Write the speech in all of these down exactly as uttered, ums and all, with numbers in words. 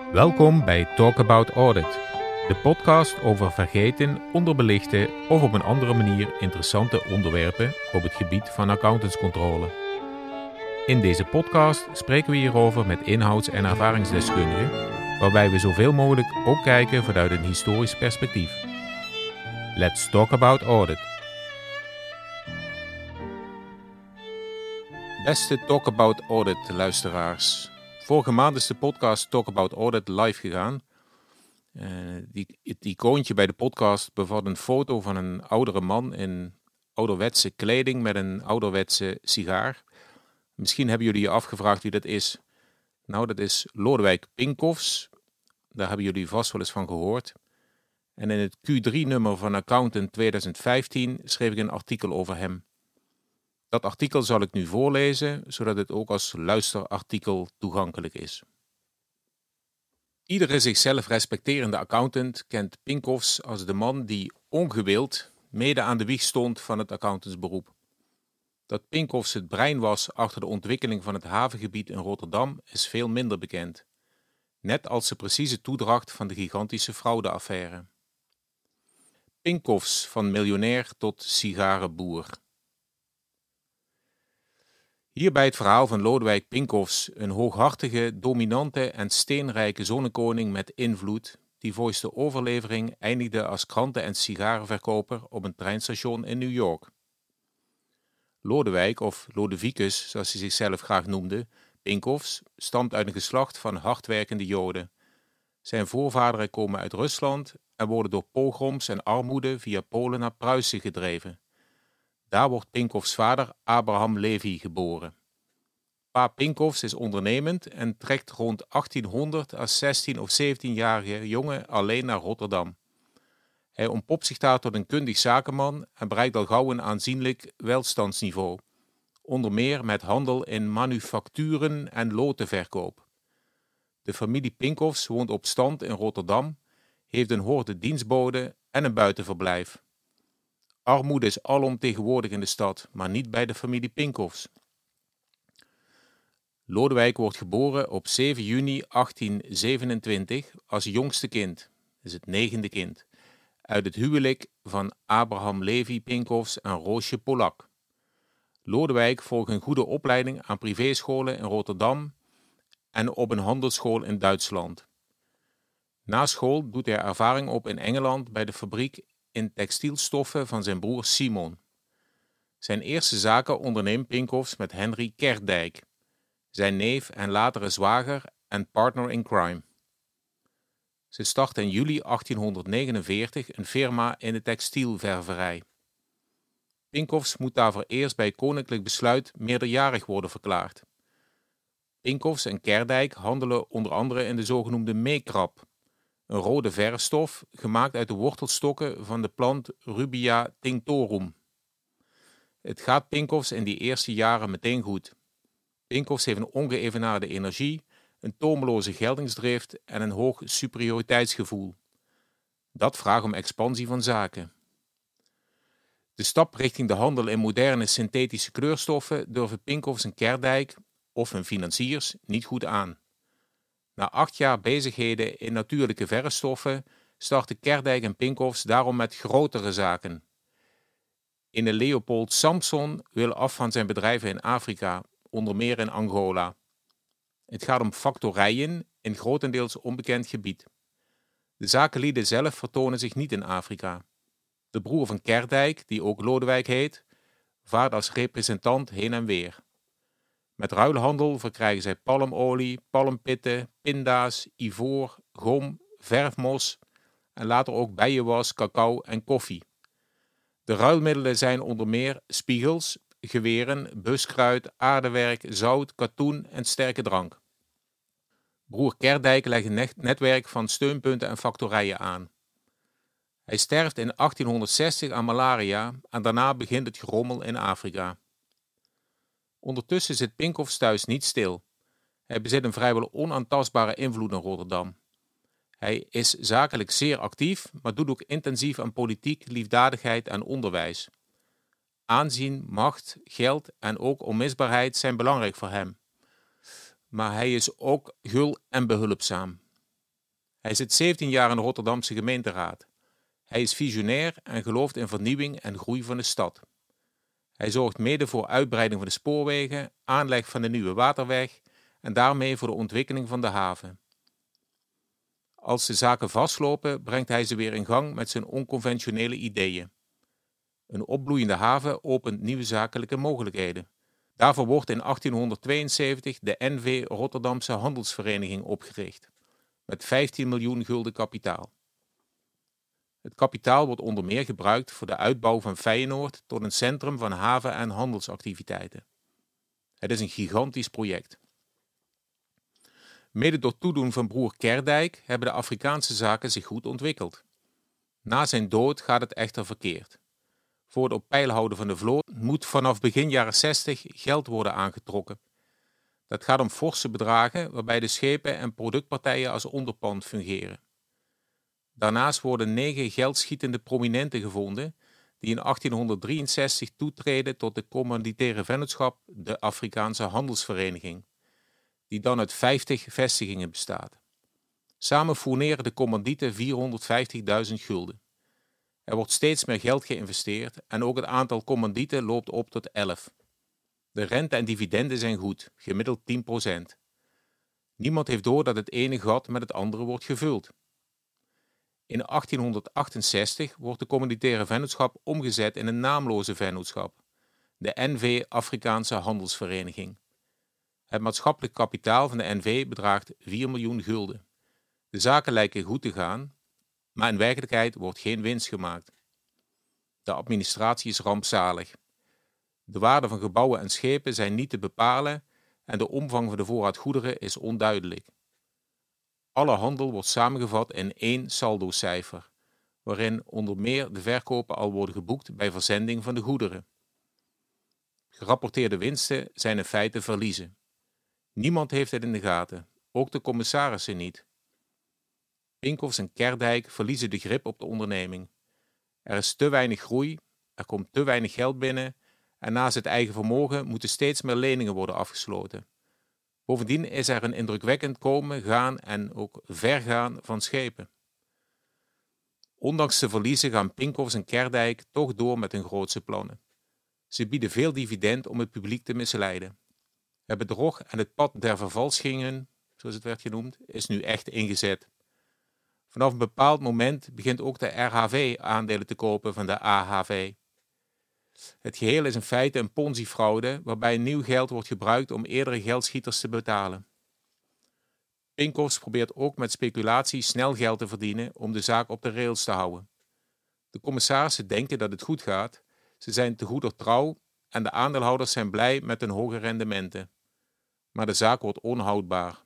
Welkom bij Talk About Audit, de podcast over vergeten, onderbelichte of op een andere manier interessante onderwerpen op het gebied van accountantscontrole. In deze podcast spreken we hierover met inhouds- en ervaringsdeskundigen, waarbij we zoveel mogelijk ook kijken vanuit een historisch perspectief. Let's talk about audit. Beste Talk About Audit luisteraars. Vorige maand is de podcast Talk About Audit live gegaan. Uh, die, het icoontje bij de podcast bevat een foto van een oudere man in ouderwetse kleding met een ouderwetse sigaar. Misschien hebben jullie je afgevraagd wie dat is. Nou, dat is Lodewijk Pincoffs. Daar hebben jullie vast wel eens van gehoord. En in het Q drie nummer van Accountant twintig vijftien schreef ik een artikel over hem. Dat artikel zal ik nu voorlezen, zodat het ook als luisterartikel toegankelijk is. Iedere zichzelf respecterende accountant kent Pincoffs als de man die ongewild mede aan de wieg stond van het accountantsberoep. Dat Pincoffs het brein was achter de ontwikkeling van het havengebied in Rotterdam is veel minder bekend. Net als de precieze toedracht van de gigantische fraudeaffaire. Pincoffs van miljonair tot sigarenboer. Hierbij het verhaal van Lodewijk Pincoffs, een hooghartige, dominante en steenrijke zonnekoning met invloed, die volgens de overlevering eindigde als kranten- en sigarenverkoper op een treinstation in New York. Lodewijk, of Lodewicus, zoals hij zichzelf graag noemde, Pincoffs, stamt uit een geslacht van hardwerkende Joden. Zijn voorvaderen komen uit Rusland en worden door pogroms en armoede via Polen naar Pruisen gedreven. Daar wordt Pincoffs vader Abraham Levi geboren. Pa Pincoffs is ondernemend en trekt rond achttienhonderd als zestien- of zeventienjarige jongen alleen naar Rotterdam. Hij ontpopt zich daar tot een kundig zakenman en bereikt al gauw een aanzienlijk welstandsniveau, onder meer met handel in manufacturen en lotenverkoop. De familie Pincoffs woont op stand in Rotterdam, heeft een horde dienstboden en een buitenverblijf. Armoede is alomtegenwoordig in de stad, maar niet bij de familie Pincoffs. Lodewijk wordt geboren op zeven juni achttienzevenentwintig als jongste kind, is het negende kind, uit het huwelijk van Abraham Levi Pincoffs en Roosje Polak. Lodewijk volgt een goede opleiding aan privéscholen in Rotterdam en op een handelsschool in Duitsland. Na school doet hij ervaring op in Engeland bij de fabriek in textielstoffen van zijn broer Simon. Zijn eerste zaken onderneemt Pincoffs met Henry Kerdijk, zijn neef en latere zwager en partner in crime. Ze start in juli achttienhonderdnegenenveertig een firma in de textielververij. Pincoffs moet daarvoor eerst bij koninklijk besluit meerderjarig worden verklaard. Pincoffs en Kerdijk handelen onder andere in de zogenoemde meekrap, een rode verfstof gemaakt uit de wortelstokken van de plant Rubia tinctorum. Het gaat Pincoffs in die eerste jaren meteen goed. Pincoffs heeft een ongeëvenaarde energie, een tomeloze geldingsdrift en een hoog superioriteitsgevoel. Dat vraagt om expansie van zaken. De stap richting de handel in moderne synthetische kleurstoffen durven Pincoffs en Kerdijk, of hun financiers, niet goed aan. Na acht jaar bezigheden in natuurlijke verfstoffen starten Kerdijk en Pincoffs daarom met grotere zaken. Ene Leopold Samson wil af van zijn bedrijven in Afrika, onder meer in Angola. Het gaat om factorijen in grotendeels onbekend gebied. De zakenlieden zelf vertonen zich niet in Afrika. De broer van Kerdijk, die ook Lodewijk heet, vaart als representant heen en weer. Met ruilhandel verkrijgen zij palmolie, palmpitten, pinda's, ivoor, gom, verfmos en later ook bijenwas, cacao en koffie. De ruilmiddelen zijn onder meer spiegels, geweren, buskruid, aardewerk, zout, katoen en sterke drank. Broer Kerdijk legt een netwerk van steunpunten en factorijen aan. Hij sterft in achttienhonderdzestig aan malaria en daarna begint het gerommel in Afrika. Ondertussen zit Pincoffs thuis niet stil. Hij bezit een vrijwel onaantastbare invloed in Rotterdam. Hij is zakelijk zeer actief, maar doet ook intensief aan politiek, liefdadigheid en onderwijs. Aanzien, macht, geld en ook onmisbaarheid zijn belangrijk voor hem. Maar hij is ook gul en behulpzaam. Hij zit zeventien jaar in de Rotterdamse gemeenteraad. Hij is visionair en gelooft in vernieuwing en groei van de stad. Hij zorgt mede voor uitbreiding van de spoorwegen, aanleg van de nieuwe waterweg en daarmee voor de ontwikkeling van de haven. Als de zaken vastlopen, brengt hij ze weer in gang met zijn onconventionele ideeën. Een opbloeiende haven opent nieuwe zakelijke mogelijkheden. Daarvoor wordt in achttienhonderdtweeënzeventig de N V Rotterdamse Handelsvereniging opgericht, met vijftien miljoen gulden kapitaal. Het kapitaal wordt onder meer gebruikt voor de uitbouw van Feyenoord tot een centrum van haven- en handelsactiviteiten. Het is een gigantisch project. Mede door toedoen van broer Kerdijk hebben de Afrikaanse zaken zich goed ontwikkeld. Na zijn dood gaat het echter verkeerd. Voor het op peil houden van de vloot moet vanaf begin jaren zestig geld worden aangetrokken. Dat gaat om forse bedragen waarbij de schepen en productpartijen als onderpand fungeren. Daarnaast worden negen geldschietende prominenten gevonden die in achttienhonderddrieënzestig toetreden tot de commanditaire vennootschap de Afrikaanse Handelsvereniging, die dan uit vijftig vestigingen bestaat. Samen fourneren de commandieten vierhonderdvijftigduizend gulden. Er wordt steeds meer geld geïnvesteerd en ook het aantal commandieten loopt op tot elf. De rente en dividenden zijn goed, gemiddeld tien procent. Niemand heeft door dat het ene gat met het andere wordt gevuld. In achttienhonderdachtenzestig wordt de commanditaire vennootschap omgezet in een naamloze vennootschap, de N V Afrikaanse Handelsvereniging. Het maatschappelijk kapitaal van de N V bedraagt vier miljoen gulden. De zaken lijken goed te gaan, maar in werkelijkheid wordt geen winst gemaakt. De administratie is rampzalig. De waarde van gebouwen en schepen zijn niet te bepalen en de omvang van de voorraad goederen is onduidelijk. Alle handel wordt samengevat in één saldocijfer, waarin onder meer de verkopen al worden geboekt bij verzending van de goederen. Gerapporteerde winsten zijn in feite verliezen. Niemand heeft het in de gaten, ook de commissarissen niet. Pincoffs en Kerdijk verliezen de grip op de onderneming. Er is te weinig groei, er komt te weinig geld binnen en naast het eigen vermogen moeten steeds meer leningen worden afgesloten. Bovendien is er een indrukwekkend komen, gaan en ook vergaan van schepen. Ondanks de verliezen gaan Pincoffs en Kerdijk toch door met hun grootse plannen. Ze bieden veel dividend om het publiek te misleiden. Het bedrog en het pad der vervalsingen, zoals het werd genoemd, is nu echt ingezet. Vanaf een bepaald moment begint ook de R H V aandelen te kopen van de A H V. Het geheel is in feite een Ponzi-fraude waarbij nieuw geld wordt gebruikt om eerdere geldschieters te betalen. Pincoffs probeert ook met speculatie snel geld te verdienen om de zaak op de rails te houden. De commissarissen denken dat het goed gaat, ze zijn te goeder trouw en de aandeelhouders zijn blij met hun hoge rendementen. Maar de zaak wordt onhoudbaar.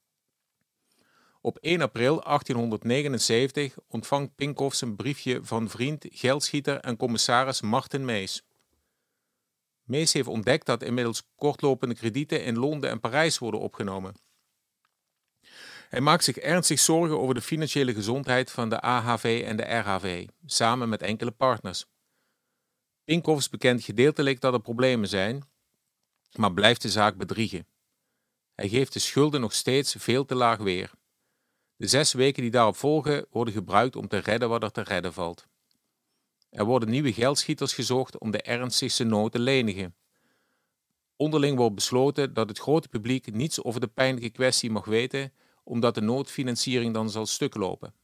Op één april achttienhonderdnegenenzeventig ontvangt Pincoffs een briefje van vriend, geldschieter en commissaris Martin Mees. Mees heeft ontdekt dat inmiddels kortlopende kredieten in Londen en Parijs worden opgenomen. Hij maakt zich ernstig zorgen over de financiële gezondheid van de A H V en de R H V, samen met enkele partners. Pincoffs bekent gedeeltelijk dat er problemen zijn, maar blijft de zaak bedriegen. Hij geeft de schulden nog steeds veel te laag weer. De zes weken die daarop volgen worden gebruikt om te redden wat er te redden valt. Er worden nieuwe geldschieters gezocht om de ernstigste nood te lenigen. Onderling wordt besloten dat het grote publiek niets over de pijnlijke kwestie mag weten, omdat de noodfinanciering dan zal stuk lopen.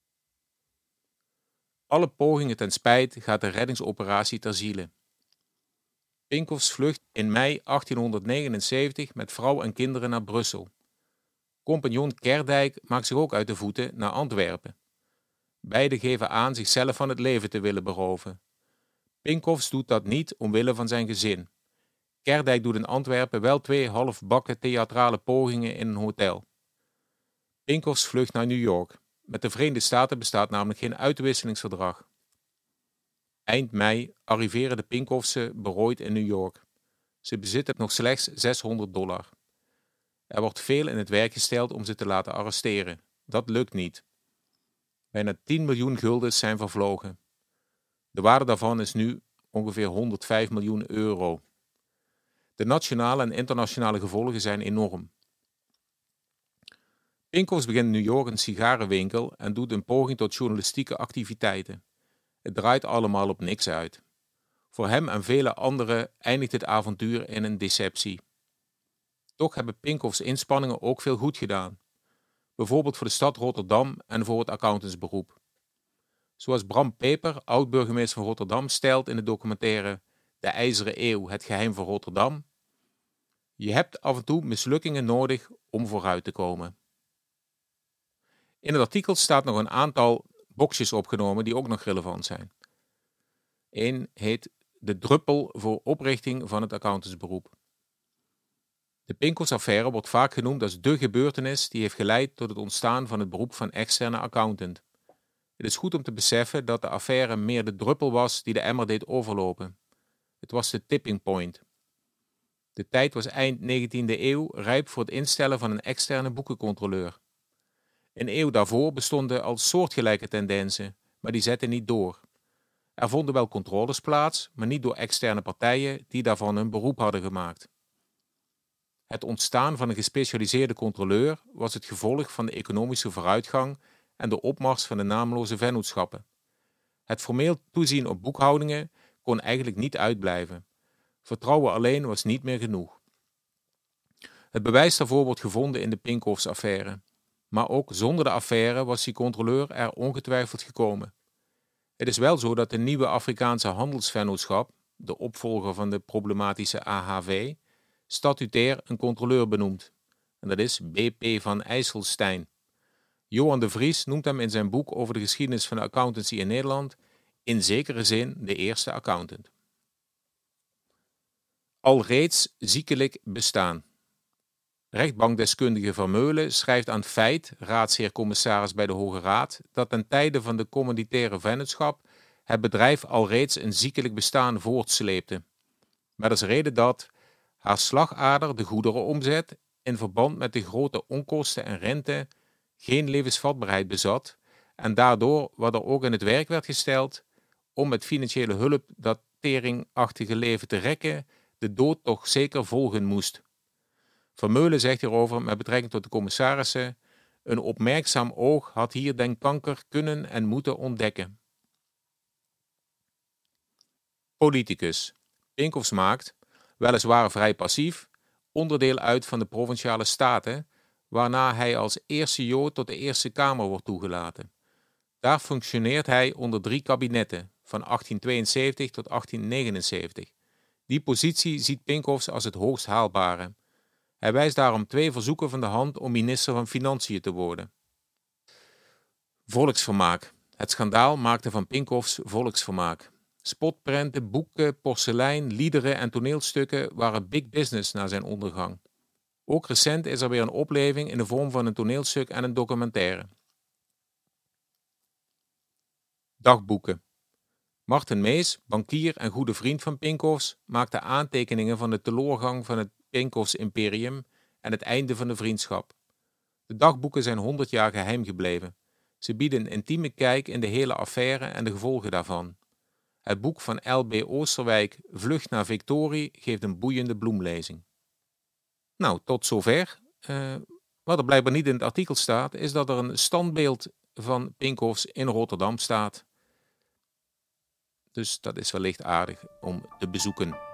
Alle pogingen ten spijt gaat de reddingsoperatie ter ziele. Pincoffs vlucht in mei achttienhonderdnegenenzeventig met vrouw en kinderen naar Brussel. Compagnon Kerdijk maakt zich ook uit de voeten naar Antwerpen. Beiden geven aan zichzelf van het leven te willen beroven. Pincoffs doet dat niet omwille van zijn gezin. Kerdijk doet in Antwerpen wel twee halfbakken theatrale pogingen in een hotel. Pincoffs vlucht naar New York. Met de Verenigde Staten bestaat namelijk geen uitwisselingsverdrag. Eind mei arriveren de Pincoffsen berooid in New York. Ze bezitten nog slechts zeshonderd dollar. Er wordt veel in het werk gesteld om ze te laten arresteren. Dat lukt niet. Bijna tien miljoen guldens zijn vervlogen. De waarde daarvan is nu ongeveer honderdvijf miljoen euro. De nationale en internationale gevolgen zijn enorm. Pincoffs begint in New York een sigarenwinkel en doet een poging tot journalistieke activiteiten. Het draait allemaal op niks uit. Voor hem en vele anderen eindigt het avontuur in een deceptie. Toch hebben Pincoffs inspanningen ook veel goed gedaan. Bijvoorbeeld voor de stad Rotterdam en voor het accountantsberoep. Zoals Bram Peper, oud-burgemeester van Rotterdam, stelt in de documentaire De IJzeren Eeuw, het geheim van Rotterdam: je hebt af en toe mislukkingen nodig om vooruit te komen. In het artikel staat nog een aantal boxjes opgenomen die ook nog relevant zijn. Eén heet de druppel voor oprichting van het accountantsberoep. De Pincoffs-affaire wordt vaak genoemd als de gebeurtenis die heeft geleid tot het ontstaan van het beroep van externe accountant. Het is goed om te beseffen dat de affaire meer de druppel was die de emmer deed overlopen. Het was de tipping point. De tijd was eind negentiende eeuw rijp voor het instellen van een externe boekencontroleur. Een eeuw daarvoor bestonden al soortgelijke tendensen, maar die zetten niet door. Er vonden wel controles plaats, maar niet door externe partijen die daarvan een beroep hadden gemaakt. Het ontstaan van een gespecialiseerde controleur was het gevolg van de economische vooruitgang en de opmars van de naamloze vennootschappen. Het formeel toezien op boekhoudingen kon eigenlijk niet uitblijven. Vertrouwen alleen was niet meer genoeg. Het bewijs daarvoor wordt gevonden in de Pincoffs-affaire. Maar ook zonder de affaire was die controleur er ongetwijfeld gekomen. Het is wel zo dat de nieuwe Afrikaanse handelsvennootschap, de opvolger van de problematische A H V, statutair een controleur benoemt. En dat is B P van IJsselstein. Johan de Vries noemt hem in zijn boek over de geschiedenis van de accountancy in Nederland in zekere zin de eerste accountant. Alreeds ziekelijk bestaan. Rechtbankdeskundige Vermeulen schrijft aan Feit, raadsheer-commissaris bij de Hoge Raad, dat ten tijde van de commanditaire vennootschap het bedrijf alreeds een ziekelijk bestaan voortsleepte. Met als reden dat haar slagader, de goederenomzet, in verband met de grote onkosten en rente geen levensvatbaarheid bezat en daardoor, wat er ook in het werk werd gesteld, om met financiële hulp dat teringachtige leven te rekken, de dood toch zeker volgen moest. Vermeulen zegt hierover met betrekking tot de commissarissen: een opmerkzaam oog had hier den kanker kunnen en moeten ontdekken. Politicus. Pincoffs maakt, weliswaar vrij passief, onderdeel uit van de Provinciale Staten, waarna hij als eerste Jood tot de Eerste Kamer wordt toegelaten. Daar functioneert hij onder drie kabinetten, van achttien tweeënzeventig tot achttien negenenzeventig. Die positie ziet Pincoffs als het hoogst haalbare. Hij wijst daarom twee verzoeken van de hand om minister van Financiën te worden. Volksvermaak. Het schandaal maakte van Pincoffs volksvermaak. Spotprenten, boeken, porselein, liederen en toneelstukken waren big business na zijn ondergang. Ook recent is er weer een opleving in de vorm van een toneelstuk en een documentaire. Dagboeken. Marten Mees, bankier en goede vriend van Pincoffs, maakte aantekeningen van de teloorgang van het Pincoffs imperium en het einde van de vriendschap. De dagboeken zijn honderd jaar geheim gebleven. Ze bieden een intieme kijk in de hele affaire en de gevolgen daarvan. Het boek van L B Oosterwijk, Vlucht naar Victorie, geeft een boeiende bloemlezing. Nou, tot zover. Uh, wat er blijkbaar niet in het artikel staat, is dat er een standbeeld van Pincoffs in Rotterdam staat. Dus dat is wellicht aardig om te bezoeken.